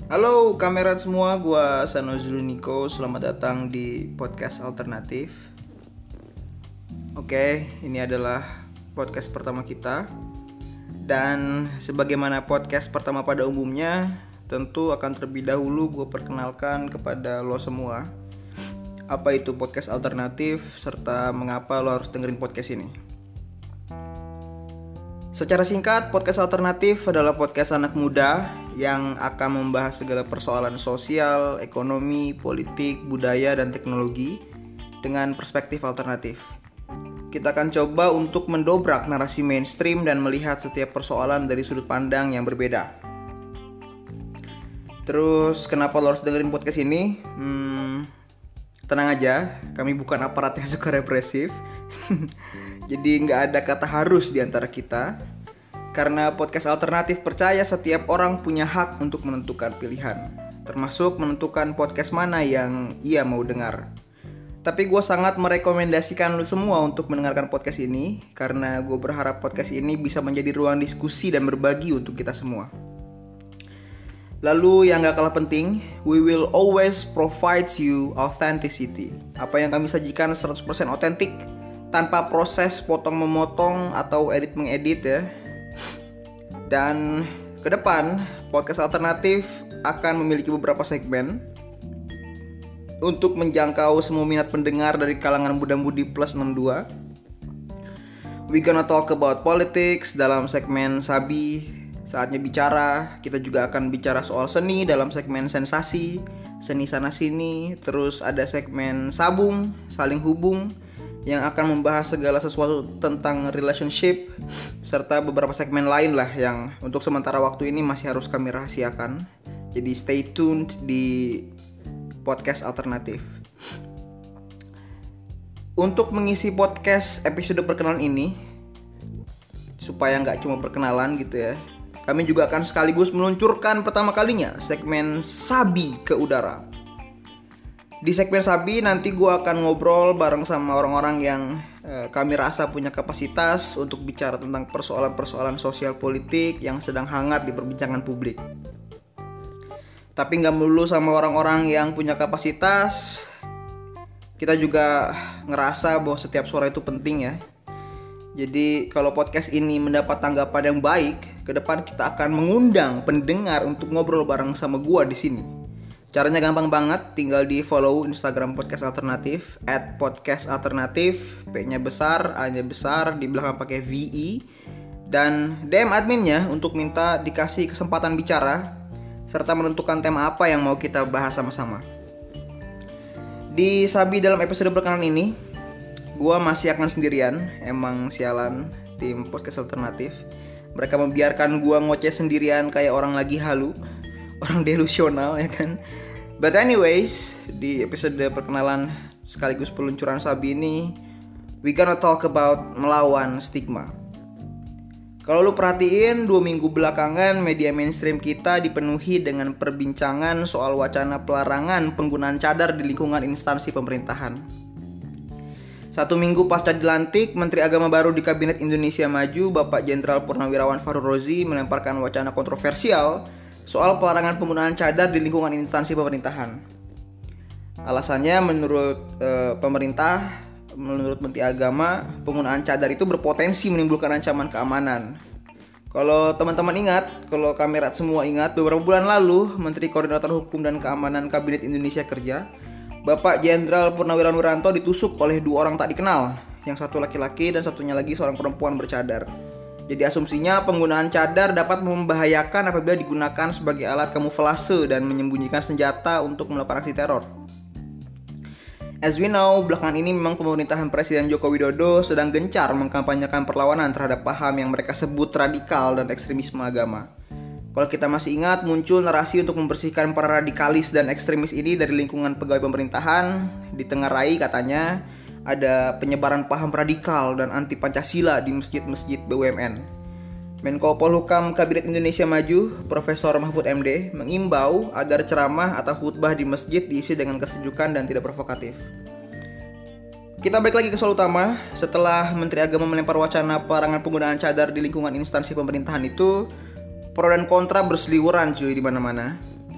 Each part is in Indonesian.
Halo kamerat semua, gua Sanozulu Niko. Selamat datang di podcast alternatif. Oke, ini adalah podcast pertama kita. Dan sebagaimana podcast pertama pada umumnya, tentu akan terlebih dahulu gue perkenalkan kepada lo semua apa itu podcast alternatif serta mengapa lo harus dengerin podcast ini. Secara singkat, podcast alternatif adalah podcast anak muda yang akan membahas segala persoalan sosial, ekonomi, politik, budaya, dan teknologi dengan perspektif alternatif. Kita akan coba untuk mendobrak narasi mainstream dan melihat setiap persoalan dari sudut pandang yang berbeda. Terus, kenapa lo harus dengerin podcast ini? Tenang aja, kami bukan aparat yang suka represif. Jadi nggak ada kata harus di antara kita. Karena podcast alternatif percaya setiap orang punya hak untuk menentukan pilihan, termasuk menentukan podcast mana yang ia mau dengar. Tapi gue sangat merekomendasikan lu semua untuk mendengarkan podcast ini, karena gue berharap podcast ini bisa menjadi ruang diskusi dan berbagi untuk kita semua. Lalu yang gak kalah penting, we will always provide you authenticity. Apa yang kami sajikan 100% otentik, tanpa proses potong-memotong atau edit-mengedit ya. Dan ke depan, podcast alternatif akan memiliki beberapa segmen untuk menjangkau semua minat pendengar dari kalangan muda-mudi plus 62. We gonna talk about politics dalam segmen Sabi, Saatnya Bicara. Kita juga akan bicara soal seni dalam segmen Sensasi, Seni Sana Sini. Terus ada segmen Sabung, Saling Hubung, yang akan membahas segala sesuatu tentang relationship, serta beberapa segmen lain lah yang untuk sementara waktu ini masih harus kami rahasiakan. Jadi stay tuned di podcast alternatif. Untuk mengisi podcast episode perkenalan ini, supaya nggak cuma perkenalan gitu ya, kami juga akan sekaligus meluncurkan pertama kalinya segmen Sabi ke Udara. Di segmen Sabi nanti gue akan ngobrol bareng sama orang-orang yang kami rasa punya kapasitas untuk bicara tentang persoalan-persoalan sosial politik yang sedang hangat di perbincangan publik. Tapi gak melulu sama orang-orang yang punya kapasitas. Kita juga ngerasa bahwa setiap suara itu penting ya. Jadi kalau podcast ini mendapat tanggapan yang baik, ke depan kita akan mengundang pendengar untuk ngobrol bareng sama gue di sini. Caranya gampang banget, tinggal di follow Instagram podcast alternatif @podcastalternatif, P-nya besar, A-nya besar, di belakang pakai VI, dan DM adminnya untuk minta dikasih kesempatan bicara serta menentukan tema apa yang mau kita bahas sama-sama. Di Sabi dalam episode perkenalan ini, gua masih akan sendirian, emang sialan tim podcast alternatif. Mereka membiarkan gua ngoceh sendirian kayak orang lagi halu, orang delusional ya kan. But anyways, di episode perkenalan sekaligus peluncuran Sabi ini, we gonna talk about melawan stigma. Kalau lu perhatiin, 2 minggu belakangan media mainstream kita dipenuhi dengan perbincangan soal wacana pelarangan penggunaan cadar di lingkungan instansi pemerintahan. 1 minggu pasca dilantik, Menteri Agama baru di Kabinet Indonesia Maju, Bapak Jenderal Purnawirawan Fachru Rozi melemparkan wacana kontroversial soal pelarangan penggunaan cadar di lingkungan instansi pemerintahan. Alasannya menurut pemerintah, menurut Menteri Agama, penggunaan cadar itu berpotensi menimbulkan ancaman keamanan. Kalau teman-teman ingat, kalau kamerat semua ingat, beberapa bulan lalu Menteri Koordinator Hukum dan Keamanan Kabinet Indonesia Kerja, Bapak Jenderal Purnawirawan Wiranto ditusuk oleh 2 orang tak dikenal, yang satu laki-laki dan satunya lagi seorang perempuan bercadar. Jadi asumsinya penggunaan cadar dapat membahayakan apabila digunakan sebagai alat kamuflase dan menyembunyikan senjata untuk melakukan aksi teror. As we know, belakangan ini memang pemerintahan Presiden Joko Widodo sedang gencar mengkampanyekan perlawanan terhadap paham yang mereka sebut radikal dan ekstremisme agama. Kalau kita masih ingat, muncul narasi untuk membersihkan para radikalis dan ekstremis ini dari lingkungan pegawai pemerintahan. Ditengarai katanya ada penyebaran paham radikal dan anti Pancasila di masjid-masjid BUMN. Menko Polhukam Kabinet Indonesia Maju, Profesor Mahfud MD, mengimbau agar ceramah atau khutbah di masjid diisi dengan kesejukan dan tidak provokatif. Kita balik lagi ke soal utama. Setelah Menteri Agama melempar wacana pelarangan penggunaan cadar di lingkungan instansi pemerintahan itu, pro dan kontra berseliweran cuy di mana-mana.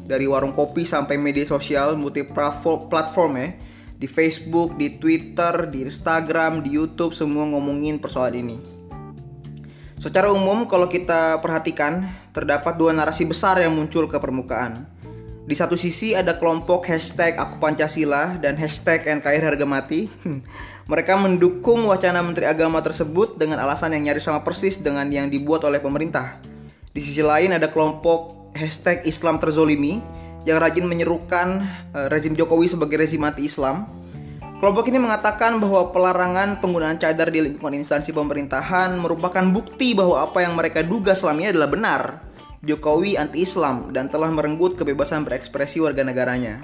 dari warung kopi sampai media sosial multi platform ya. Di Facebook, di Twitter, di Instagram, di YouTube, semua ngomongin persoalan ini. Secara umum kalau kita perhatikan, terdapat dua narasi besar yang muncul ke permukaan. Di satu sisi ada kelompok hashtag Aku Pancasila dan hashtag NKRI harga mati. Mereka mendukung wacana Menteri Agama tersebut dengan alasan yang nyaris sama persis dengan yang dibuat oleh pemerintah. Di sisi lain ada kelompok hashtag Islam terzolimi yang rajin menyerukan rezim Jokowi sebagai rezim anti-Islam. Kelompok ini mengatakan bahwa pelarangan penggunaan cadar di lingkungan instansi pemerintahan merupakan bukti bahwa apa yang mereka duga selama ini adalah benar. Jokowi anti-Islam dan telah merenggut kebebasan berekspresi warga negaranya.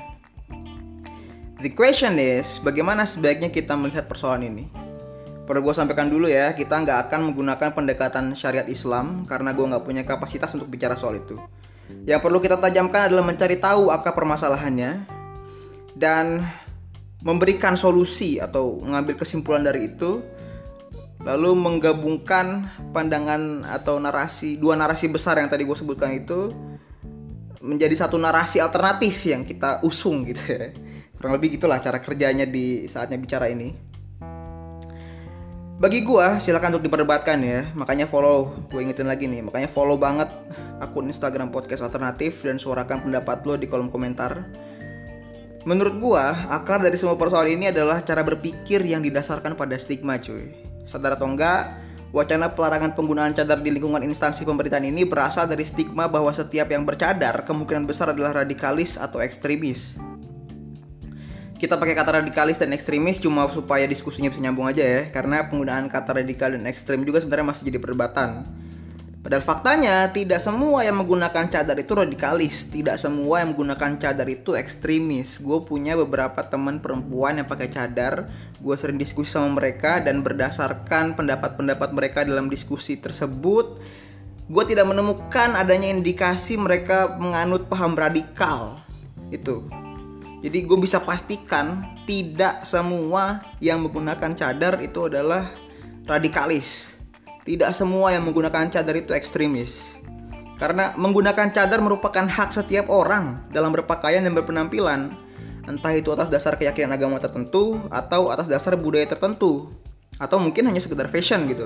The question is, bagaimana sebaiknya kita melihat persoalan ini? Perlu gue sampaikan dulu ya, kita nggak akan menggunakan pendekatan syariat Islam karena gue nggak punya kapasitas untuk bicara soal itu. Yang perlu kita tajamkan adalah mencari tahu akar permasalahannya dan memberikan solusi atau mengambil kesimpulan dari itu, lalu menggabungkan pandangan atau dua narasi besar yang tadi gue sebutkan itu menjadi satu narasi alternatif yang kita usung gitu ya. Kurang lebih gitulah cara kerjanya di saatnya bicara ini. Bagi gue, silakan untuk diperdebatkan ya. Makanya follow, gue ingetin lagi nih, makanya follow banget akun Instagram Podcast Alternatif dan suarakan pendapat lo di kolom komentar. Menurut gue, akar dari semua persoalan ini adalah cara berpikir yang didasarkan pada stigma cuy. Sadar atau enggak, wacana pelarangan penggunaan cadar di lingkungan instansi pemerintahan ini berasal dari stigma bahwa setiap yang bercadar kemungkinan besar adalah radikalis atau ekstremis. Kita pakai kata radikalis dan ekstremis cuma supaya diskusinya bisa nyambung aja ya, karena penggunaan kata radikal dan ekstrem juga sebenarnya masih jadi perdebatan. Padahal faktanya tidak semua yang menggunakan cadar itu radikalis, tidak semua yang menggunakan cadar itu ekstremis. Gue punya beberapa teman perempuan yang pakai cadar, gue sering diskusi sama mereka dan berdasarkan pendapat-pendapat mereka dalam diskusi tersebut, gue tidak menemukan adanya indikasi mereka menganut paham radikal itu. Jadi gue bisa pastikan tidak semua yang menggunakan cadar itu adalah radikalis. Tidak semua yang menggunakan cadar itu ekstremis. Karena menggunakan cadar merupakan hak setiap orang dalam berpakaian dan berpenampilan. Entah itu atas dasar keyakinan agama tertentu atau atas dasar budaya tertentu. Atau mungkin hanya sekedar fashion gitu.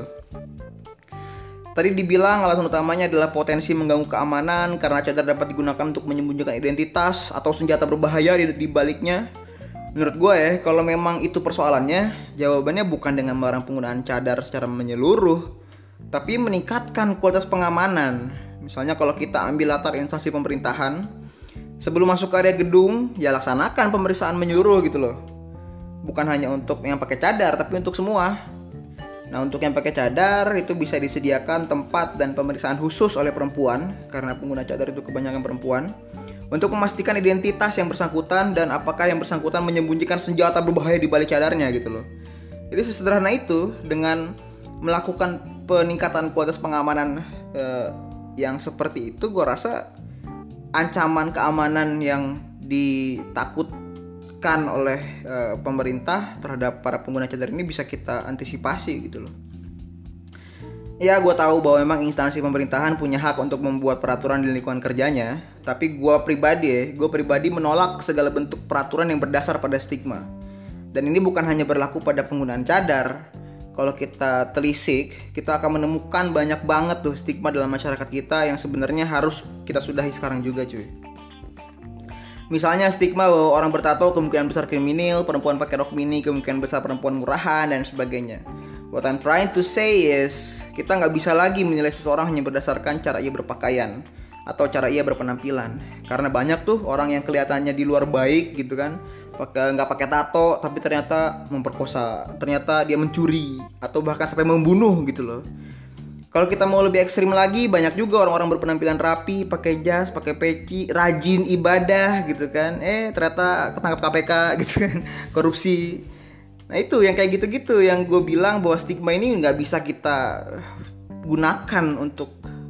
Tadi dibilang alasan utamanya adalah potensi mengganggu keamanan karena cadar dapat digunakan untuk menyembunyikan identitas atau senjata berbahaya di baliknya. Menurut gue ya, kalau memang itu persoalannya, jawabannya bukan dengan melarang penggunaan cadar secara menyeluruh, tapi meningkatkan kualitas pengamanan. Misalnya kalau kita ambil latar instansi pemerintahan, sebelum masuk ke area gedung, ya laksanakan pemeriksaan menyeluruh gitu loh. Bukan hanya untuk yang pakai cadar, tapi untuk semua. Nah, untuk yang pakai cadar itu bisa disediakan tempat dan pemeriksaan khusus oleh perempuan karena pengguna cadar itu kebanyakan perempuan untuk memastikan identitas yang bersangkutan dan apakah yang bersangkutan menyembunyikan senjata berbahaya di balik cadarnya gitu loh. Jadi sesederhana itu, dengan melakukan peningkatan kualitas pengamanan yang seperti itu, gue rasa ancaman keamanan yang ditakutkan oleh pemerintah terhadap para pengguna cadar ini bisa kita antisipasi gitu loh. Ya, gue tahu bahwa memang instansi pemerintahan punya hak untuk membuat peraturan di lingkungan kerjanya, tapi gue pribadi menolak segala bentuk peraturan yang berdasar pada stigma. Dan ini bukan hanya berlaku pada penggunaan cadar. Kalau kita telisik, kita akan menemukan banyak banget tuh stigma dalam masyarakat kita yang sebenarnya harus kita sudahi sekarang juga cuy. Misalnya stigma bahwa orang bertato kemungkinan besar kriminal, perempuan pakai rok mini kemungkinan besar perempuan murahan, dan sebagainya. What I'm trying to say is, kita nggak bisa lagi menilai seseorang hanya berdasarkan cara ia berpakaian atau cara ia berpenampilan. Karena banyak tuh orang yang kelihatannya di luar baik gitu kan, nggak pakai tato tapi ternyata memperkosa, ternyata dia mencuri atau bahkan sampai membunuh gitu loh. Kalau kita mau lebih ekstrim lagi, banyak juga orang-orang berpenampilan rapi, pakai jas, pakai peci, rajin ibadah gitu kan. Ternyata ketangkap KPK gitu kan, korupsi. Nah itu yang kayak gitu-gitu yang gue bilang bahwa stigma ini nggak bisa kita gunakan untuk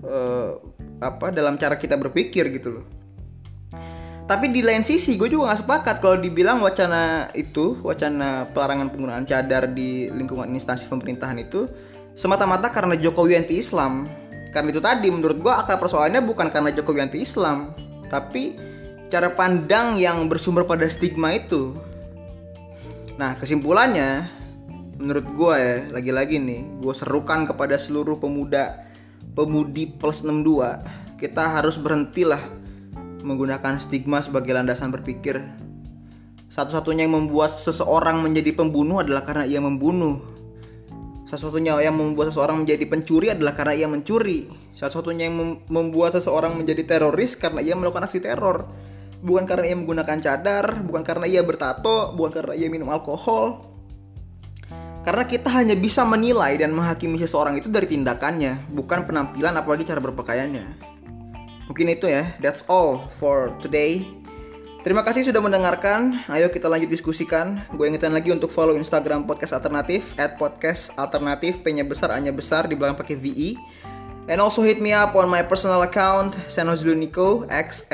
dalam cara kita berpikir gitu loh. Tapi di lain sisi gue juga nggak sepakat kalau dibilang wacana pelarangan penggunaan cadar di lingkungan instansi pemerintahan itu semata-mata karena Jokowi anti-Islam. Karena itu tadi menurut gue akar persoalannya bukan karena Jokowi anti-Islam, tapi cara pandang yang bersumber pada stigma itu. Nah, kesimpulannya menurut gue ya, lagi-lagi nih gue serukan kepada seluruh pemudi plus 62, kita harus berhentilah menggunakan stigma sebagai landasan berpikir. Satu-satunya yang membuat seseorang menjadi pembunuh adalah karena ia membunuh. Satu-satunya yang membuat seseorang menjadi pencuri adalah karena ia mencuri. Satu-satunya yang membuat seseorang menjadi teroris karena ia melakukan aksi teror. Bukan karena ia menggunakan cadar, bukan karena ia bertato, bukan karena ia minum alkohol. Karena kita hanya bisa menilai dan menghakimi seseorang itu dari tindakannya, bukan penampilan apalagi cara berpakaiannya. Mungkin itu ya, that's all for today. Terima kasih sudah mendengarkan. Ayo kita lanjut diskusikan. Gue ingetin lagi untuk follow Instagram Podcast Alternatif @podcastalternatif, P-nya besar, A-nya besar, di belakang pakai VI. And also hit me up on my personal account Xenozulunico,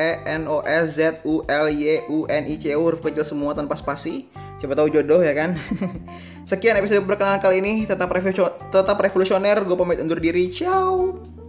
XENOSZULYUNICO, huruf kecil semua tanpa spasi. Siapa tahu jodoh ya kan. Sekian episode perkenalan kali ini. Tetap revolusioner. Gue pamit undur diri. Ciao.